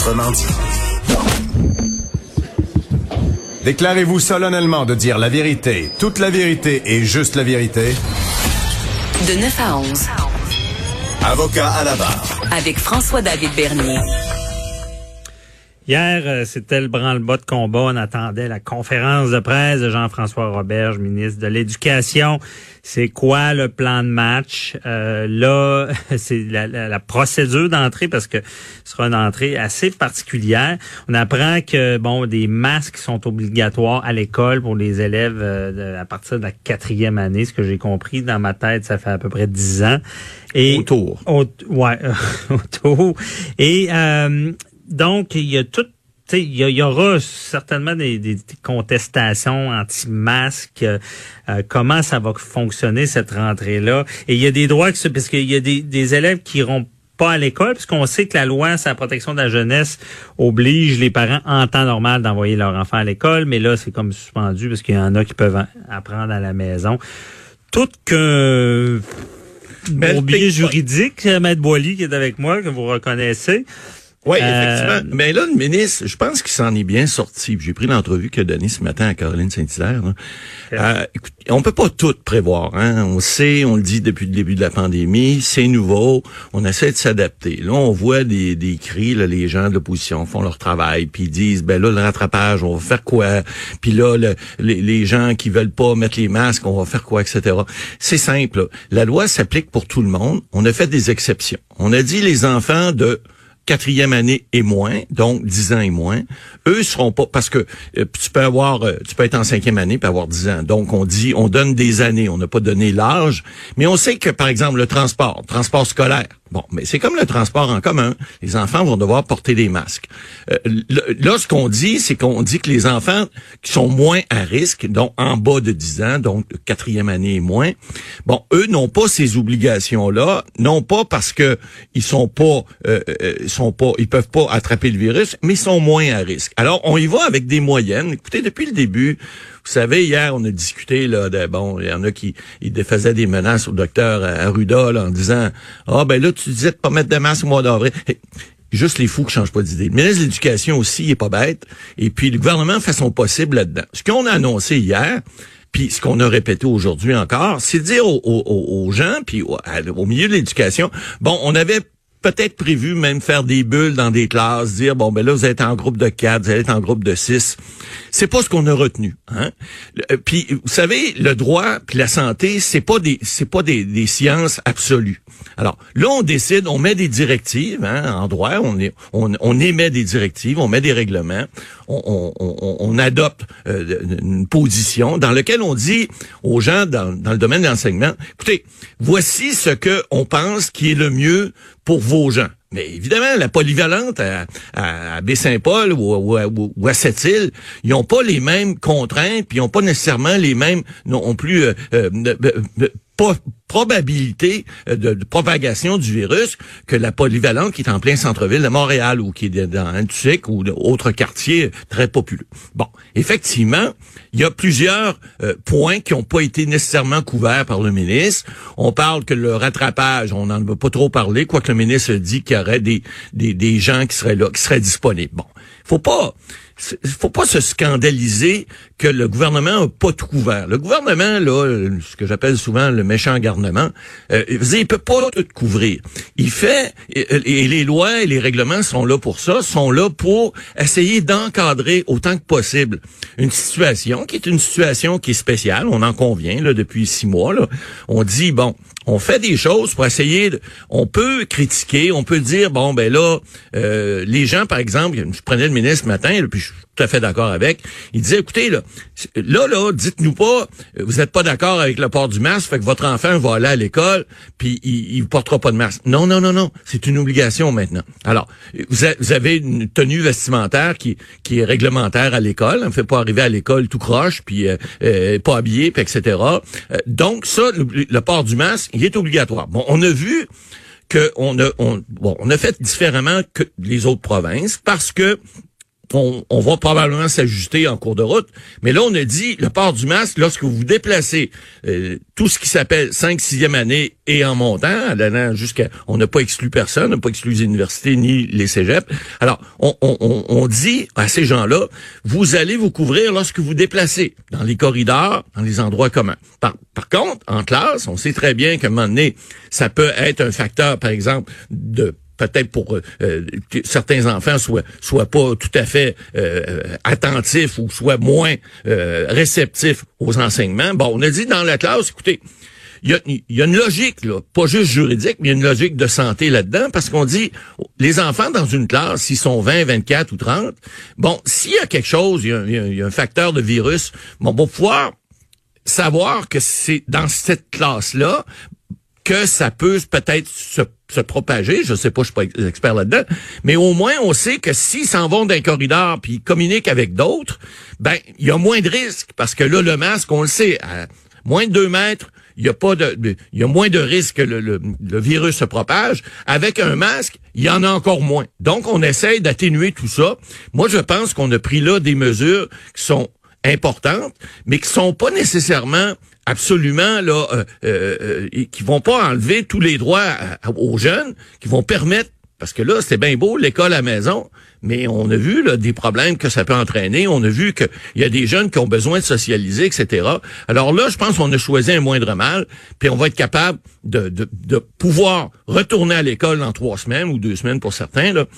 Autrement dit. Déclarez-vous solennellement de dire la vérité, toute la vérité et juste la vérité. De 9 à 11. Avocat à la barre. Avec François-David Bernier. Hier, c'était le branle-bas de combat. On attendait la conférence de presse de Jean-François Roberge, ministre de l'Éducation. C'est quoi le plan de match? Là, c'est la procédure d'entrée, parce que ce sera une entrée assez particulière. On apprend que, des masques sont obligatoires à l'école pour les élèves à partir de la 4e année. Ce que j'ai compris dans ma tête, ça fait à peu près 10 ans. Et autour. Autour. Et donc, il y a tout. Il y aura certainement des contestations anti-masques. Comment ça va fonctionner cette rentrée-là? Et il y a des droits parce qu'il y a des élèves qui iront pas à l'école, puisqu'on sait que la loi sur la protection de la jeunesse oblige les parents en temps normal d'envoyer leur enfant à l'école, mais là, c'est comme suspendu parce qu'il y en a qui peuvent apprendre à la maison. Tout qu'un biais juridique, Maître Boily, qui est avec moi, que vous reconnaissez. Oui, effectivement. Mais là, le ministre, je pense qu'il s'en est bien sorti. J'ai pris l'entrevue qu'il a donnée ce matin à Caroline Saint-Hilaire. Écoute, on peut pas tout prévoir. On sait, on le dit depuis le début de la pandémie, c'est nouveau, on essaie de s'adapter. Là, on voit des cris, là, les gens de l'opposition font leur travail, puis ils disent, là, le rattrapage, on va faire quoi? Puis là, les gens qui veulent pas mettre les masques, on va faire quoi, etc. C'est simple, là. La loi s'applique pour tout le monde. On a fait des exceptions. On a dit les enfants de 4e année et moins, donc 10 ans et moins, eux seront pas, parce que tu peux être en 5e année puis avoir 10 ans. Donc on donne des années, on n'a pas donné l'âge, mais on sait que par exemple le transport scolaire, mais c'est comme le transport en commun, les enfants vont devoir porter des masques. Là ce qu'on dit, c'est qu'on dit que les enfants qui sont moins à risque, donc en bas de 10 ans, donc 4e année et moins, eux n'ont pas ces obligations-là, non pas parce que ils peuvent pas attraper le virus, mais ils sont moins à risque. Alors, on y va avec des moyennes. Écoutez, depuis le début, vous savez, hier, on a discuté, là, il y en a qui faisaient des menaces au docteur Arruda, là, en disant, là, tu disais de pas mettre de masque au mois d'avril. Juste les fous qui changent pas d'idée. Le ministre de l'Éducation aussi, il est pas bête. Et puis, le gouvernement fait son possible là-dedans. Ce qu'on a annoncé hier, puis ce qu'on a répété aujourd'hui encore, c'est de dire aux gens, puis au milieu de l'éducation, on avait peut-être prévu même faire des bulles dans des classes, dire là vous êtes en groupe de 4, vous allez être en groupe de 6. C'est pas ce qu'on a retenu, Puis vous savez, le droit puis la santé, c'est pas des sciences absolues. Alors, là on décide, on met des directives en droit, on émet des directives, on met des règlements, on adopte une position dans laquelle on dit aux gens dans le domaine de l'enseignement, écoutez, voici ce que on pense qui est le mieux pour vos gens. Mais évidemment, la polyvalente à Baie-Saint-Paul ou à Sept-Îles, ils n'ont pas les mêmes contraintes, puis ils n'ont pas nécessairement les mêmes non plus probabilité de propagation du virus que la polyvalente qui est en plein centre-ville de Montréal ou qui est dans Antusic ou d'autres quartiers très populeux. Effectivement, il y a plusieurs points qui n'ont pas été nécessairement couverts par le ministre. On parle que le rattrapage, on n'en a pas trop parlé, quoique le ministre dit qu'il y aurait des gens qui seraient là, qui seraient disponibles. Faut pas se scandaliser que le gouvernement n'a pas tout couvert. Le gouvernement, là, ce que j'appelle souvent le méchant garnement, il peut pas tout couvrir. Il fait, et les lois et les règlements sont là pour ça, sont là pour essayer d'encadrer autant que possible une situation qui est spéciale, on en convient, là, depuis 6 mois, là. On dit, on fait des choses pour essayer on peut critiquer, on peut dire, les gens, par exemple, je prenais le ministre ce matin, là, puis je suis tout à fait d'accord avec, il disait, écoutez, là, dites-nous pas, vous êtes pas d'accord avec le port du masque, fait que votre enfant va aller à l'école, puis il portera pas de masque. Non, c'est une obligation maintenant. Alors, vous avez une tenue vestimentaire qui est réglementaire à l'école, on ne fait pas arriver à l'école tout croche, puis pas habillé, puis etc. Donc ça, le port du masque, il est obligatoire. On a vu que on a fait différemment que les autres provinces parce que on va probablement s'ajuster en cours de route. Mais là, on a dit, le port du masque, lorsque vous vous déplacez, tout ce qui s'appelle 5e, 6e année et en montant, allant jusqu'à, on n'a pas exclu personne, on n'a pas exclu les universités ni les cégeps. Alors, on dit à ces gens-là, vous allez vous couvrir lorsque vous déplacez, dans les corridors, dans les endroits communs. Par contre, en classe, on sait très bien qu'à un moment donné, ça peut être un facteur, par exemple, peut-être pour que certains enfants soient pas tout à fait attentifs ou soient moins réceptifs aux enseignements. Bon, on a dit dans la classe, écoutez, il y a une logique, là, pas juste juridique, mais il y a une logique de santé là-dedans, parce qu'on dit, les enfants dans une classe, s'ils sont 20, 24 ou 30, bon, s'il y a quelque chose, il y a un facteur de virus, bon, on va pouvoir savoir que c'est dans cette classe-là que ça peut peut-être se propager. Je sais pas, je suis pas expert là-dedans, mais au moins on sait que s'ils s'en vont d'un corridor puis ils communiquent avec d'autres, ben il y a moins de risques, parce que là le masque, on le sait, à moins de 2 mètres, il y a moins de risques que le virus se propage. Avec un masque, il y en a encore moins. Donc on essaye d'atténuer tout ça. Moi je pense qu'on a pris là des mesures qui sont importantes, mais qui sont pas nécessairement absolument là qui vont pas enlever tous les droits aux jeunes, qui vont permettre, parce que là c'est bien beau l'école à la maison, mais on a vu là des problèmes que ça peut entraîner. On a vu qu'il y a des jeunes qui ont besoin de socialiser, etc. Alors là, je pense qu'on a choisi un moindre mal, puis on va être capable de pouvoir retourner à l'école dans 3 semaines ou 2 semaines pour certains là,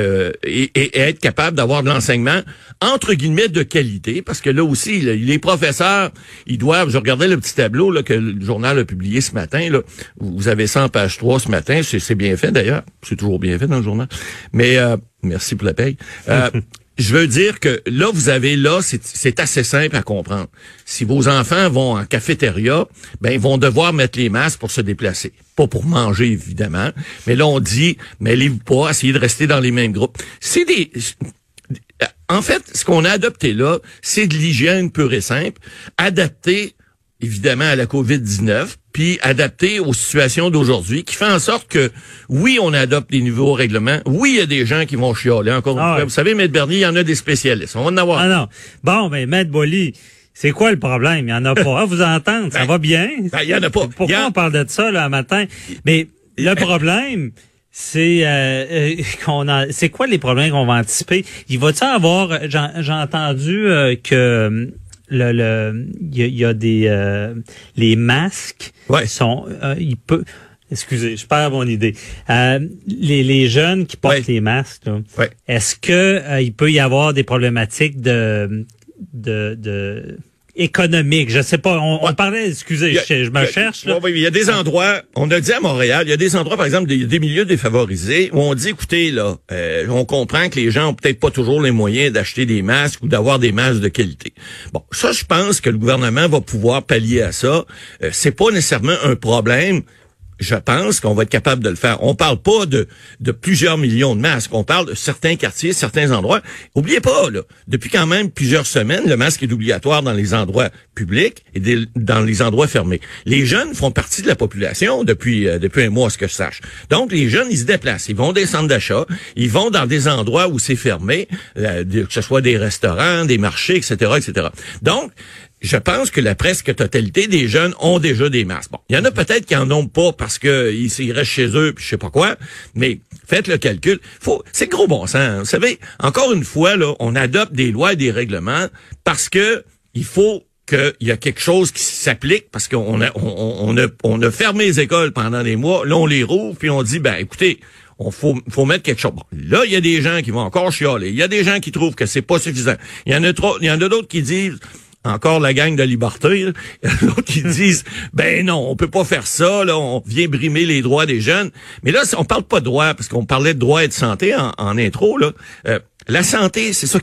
et être capable d'avoir de l'enseignement entre guillemets de qualité, parce que là aussi les professeurs, ils doivent. Je regardais le petit tableau là que le journal a publié ce matin là. Vous avez ça en page 3 ce matin. C'est bien fait d'ailleurs. C'est toujours bien fait dans le journal. Mais merci pour la paye. Je veux dire que là, vous avez c'est assez simple à comprendre. Si vos enfants vont en cafétéria, ben ils vont devoir mettre les masques pour se déplacer. Pas pour manger, évidemment. Mais là, on dit, mêlez-vous pas, essayez de rester dans les mêmes groupes. En fait, ce qu'on a adopté là, c'est de l'hygiène pure et simple, adaptée évidemment à la COVID-19, puis adapté aux situations d'aujourd'hui, qui fait en sorte que, oui, on adopte des nouveaux règlements, oui, il y a des gens qui vont chialer, encore une fois. Ouais. Vous savez, Maître Bernier, il y en a des spécialistes. On va en avoir. Ah non. Bon, ben, Maître Boily, c'est quoi le problème? Il y en a pas. À vous entendre, ça va bien? Ben, il y en a pas. Pourquoi on parle de ça, là, un matin? Mais le problème, c'est c'est quoi les problèmes qu'on va anticiper? Il va-t-il avoir, j'ai entendu que il y a des les masques sont excusez, je perds mon idée. Les jeunes qui portent les masques, là, est-ce que il peut y avoir des problématiques de économique, je sais pas, on parlait, excusez, je me cherche là. Il y a des endroits, on a dit à Montréal, il y a des endroits, par exemple, des milieux défavorisés, où on dit, écoutez, là, on comprend que les gens ont peut-être pas toujours les moyens d'acheter des masques ou d'avoir des masques de qualité. Bon, ça, je pense que le gouvernement va pouvoir pallier à ça. C'est pas nécessairement un problème. Je pense qu'on va être capable de le faire. On parle pas de plusieurs millions de masques. On parle de certains quartiers, certains endroits. Oubliez pas, là, depuis quand même plusieurs semaines, le masque est obligatoire dans les endroits publics et dans les endroits fermés. Les jeunes font partie de la population depuis un mois, à ce que je sache. Donc, les jeunes, ils se déplacent. Ils vont des centres d'achat. Ils vont dans des endroits où c'est fermé, que ce soit des restaurants, des marchés, etc., etc. Donc, je pense que la presque totalité des jeunes ont déjà des masques. Bon, il y en a peut-être qui en ont pas parce que ils restent chez eux puis je sais pas quoi, mais faites le calcul. C'est gros bon sens. Hein. Vous savez, encore une fois là, on adopte des lois et des règlements parce que il faut qu'il y a quelque chose qui s'applique, parce qu'on a fermé les écoles pendant des mois, là on les rouvre puis on dit ben écoutez, faut mettre quelque chose. Bon, là il y a des gens qui vont encore chialer, il y a des gens qui trouvent que c'est pas suffisant. Il y en a d'autres qui disent encore la gang de liberté, d'autres qui disent ben non, on peut pas faire ça, là, on vient brimer les droits des jeunes. Mais là, on parle pas de droits, parce qu'on parlait de droits et de santé en intro, là. La santé, c'est ça qui prime.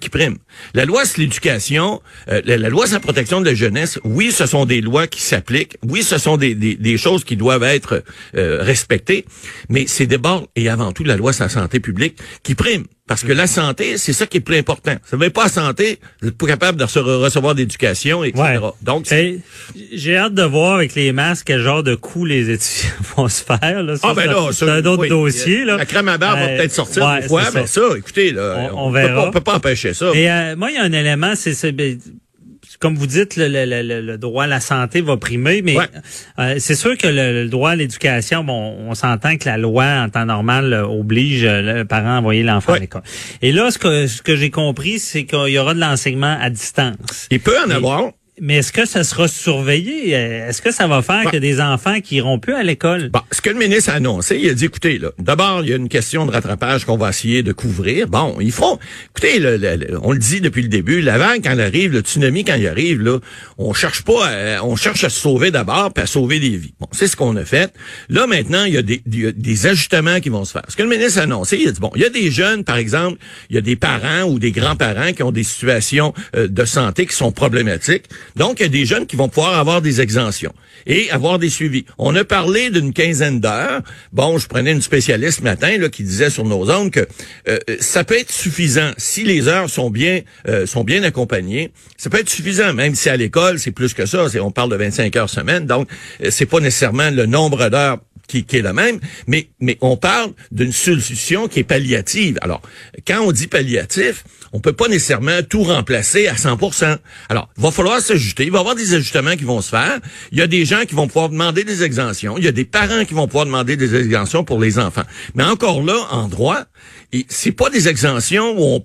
La loi sur l'éducation, la loi sur la protection de la jeunesse, oui, ce sont des lois qui s'appliquent. Oui, ce sont des choses qui doivent être respectées. Mais c'est d'abord et avant tout la loi sur la santé publique qui prime. Parce que la santé, c'est ça qui est plus important. Ça ne veut pas la santé, vous n'êtes pas capable de recevoir d'éducation, etc. Ouais. Donc, j'ai hâte de voir avec les masques quel genre de coups les étudiants vont se faire. Là. Ça, c'est un autre dossier. Là. La crème à barbe va peut-être sortir des fois, mais ça, écoutez, là, on verra. On peut pas empêcher ça. Et moi, il y a un élément, c'est comme vous dites, le droit à la santé va primer, mais c'est sûr que le droit à l'éducation, bon, on s'entend que la loi, en temps normal, oblige le parent à envoyer l'enfant à l'école. Et là, ce que j'ai compris, c'est qu'il y aura de l'enseignement à distance. Il peut en avoir. Mais est-ce que ça sera surveillé? Est-ce que ça va faire qu'il y a des enfants qui iront plus à l'école? Bon, ce que le ministre a annoncé, il a dit, écoutez, là, d'abord, il y a une question de rattrapage qu'on va essayer de couvrir. Bon, il faut, écoutez, on le dit depuis le début, la vague quand elle arrive, le tsunami quand il arrive, là, on cherche à se sauver d'abord, puis à sauver des vies. Bon, c'est ce qu'on a fait. Là, maintenant, il y a des ajustements qui vont se faire. Ce que le ministre a annoncé, il a dit, bon, il y a des jeunes, par exemple, il y a des parents ou des grands-parents qui ont des situations de santé qui sont problématiques. Donc, il y a des jeunes qui vont pouvoir avoir des exemptions et avoir des suivis. On a parlé d'une 15aine d'heures. Bon, je prenais une spécialiste ce matin là, qui disait sur nos ondes que ça peut être suffisant si les heures sont bien accompagnées. Ça peut être suffisant, même si à l'école, c'est plus que ça. On parle de 25 heures semaine, donc c'est pas nécessairement le nombre d'heures qui est le même, mais on parle d'une solution qui est palliative. Alors, quand on dit palliatif, on peut pas nécessairement tout remplacer à 100%. Alors, il va falloir s'ajuster. Il va y avoir des ajustements qui vont se faire. Il y a des gens qui vont pouvoir demander des exemptions. Il y a des parents qui vont pouvoir demander des exemptions pour les enfants. Mais encore là, en droit, c'est pas des exemptions où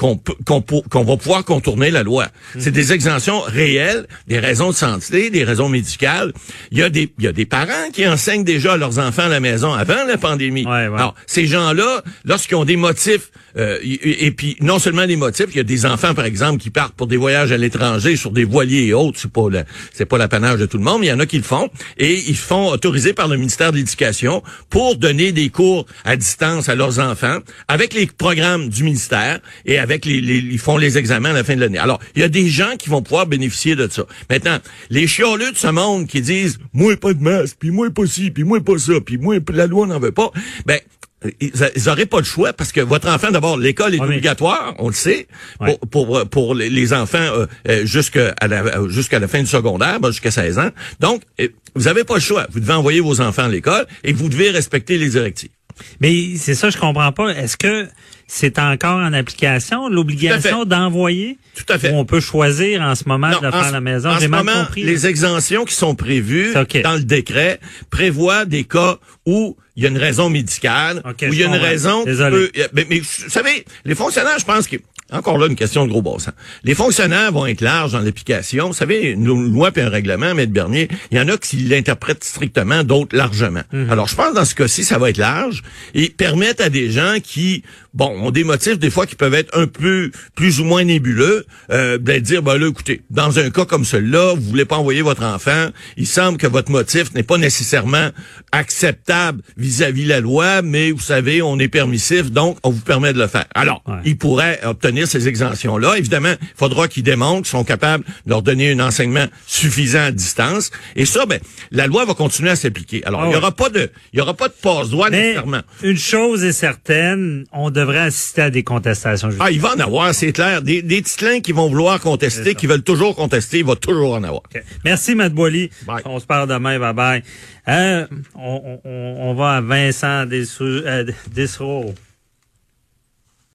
qu'on va pouvoir contourner la loi. C'est des exemptions réelles, des raisons de santé, des raisons médicales. Il y a des parents qui enseignent déjà à leurs enfants à la maison avant la pandémie. Ouais. Alors, ces gens-là, lorsqu'ils ont des motifs, et puis non seulement des motifs, il y a des enfants, par exemple, qui partent pour des voyages à l'étranger sur des voiliers et autres, c'est pas l'apanage de tout le monde, mais il y en a qui le font, et ils font autoriser par le ministère de l'Éducation pour donner des cours à distance à leurs enfants, avec les programmes du ministère, et avec ils font les examens à la fin de l'année. Alors, il y a des gens qui vont pouvoir bénéficier de ça. Maintenant, les chialeux de ce monde qui disent, moi pas de masque, puis moi pas ci, puis moi pas ça, puis moi la loi n'en veut pas, ben ils auraient pas de choix parce que votre enfant, d'abord, l'école est obligatoire, on le sait, pour les enfants jusqu'à la fin du secondaire, jusqu'à 16 ans. Donc, vous avez pas le choix. Vous devez envoyer vos enfants à l'école et vous devez respecter les directives. Mais c'est ça, je comprends pas. Est-ce que c'est encore en application, l'obligation d'envoyer? Tout à fait. Ou on peut choisir en ce moment de faire à la maison? J'ai mal compris. Les exemptions qui sont prévues dans le décret prévoient des cas où il y a une raison médicale, où il y a une raison... Mais vous savez, les fonctionnaires, je pense que... Encore là, une question de gros bon sens. Les fonctionnaires vont être larges dans l'application. Vous savez, une loi et un règlement, Maître Bernier, il y en a qui l'interprètent strictement, d'autres largement. Alors, je pense que dans ce cas-ci, ça va être large et permettre à des gens qui, ont des motifs des fois qui peuvent être un peu plus ou moins nébuleux, de dire, là, écoutez, dans un cas comme celui-là, vous voulez pas envoyer votre enfant, il semble que votre motif n'est pas nécessairement acceptable vis-à-vis la loi, mais vous savez, on est permissif, donc on vous permet de le faire. Alors, ils pourraient obtenir ces exemptions-là. Évidemment, il faudra qu'ils démontrent qu'ils sont capables de leur donner un enseignement suffisant à distance. Et ça, la loi va continuer à s'appliquer. Alors, il y aura pas de passe-droit nécessairement. Une chose est certaine, on devrait assister à des contestations judiciaires. Il va en avoir, c'est clair. Des titlins qui vont vouloir contester, qui veulent toujours contester, il va toujours en avoir. Okay. Merci, Matt Boily. Bye. On se parle demain. Bye-bye. On va à Vincent Dessereau.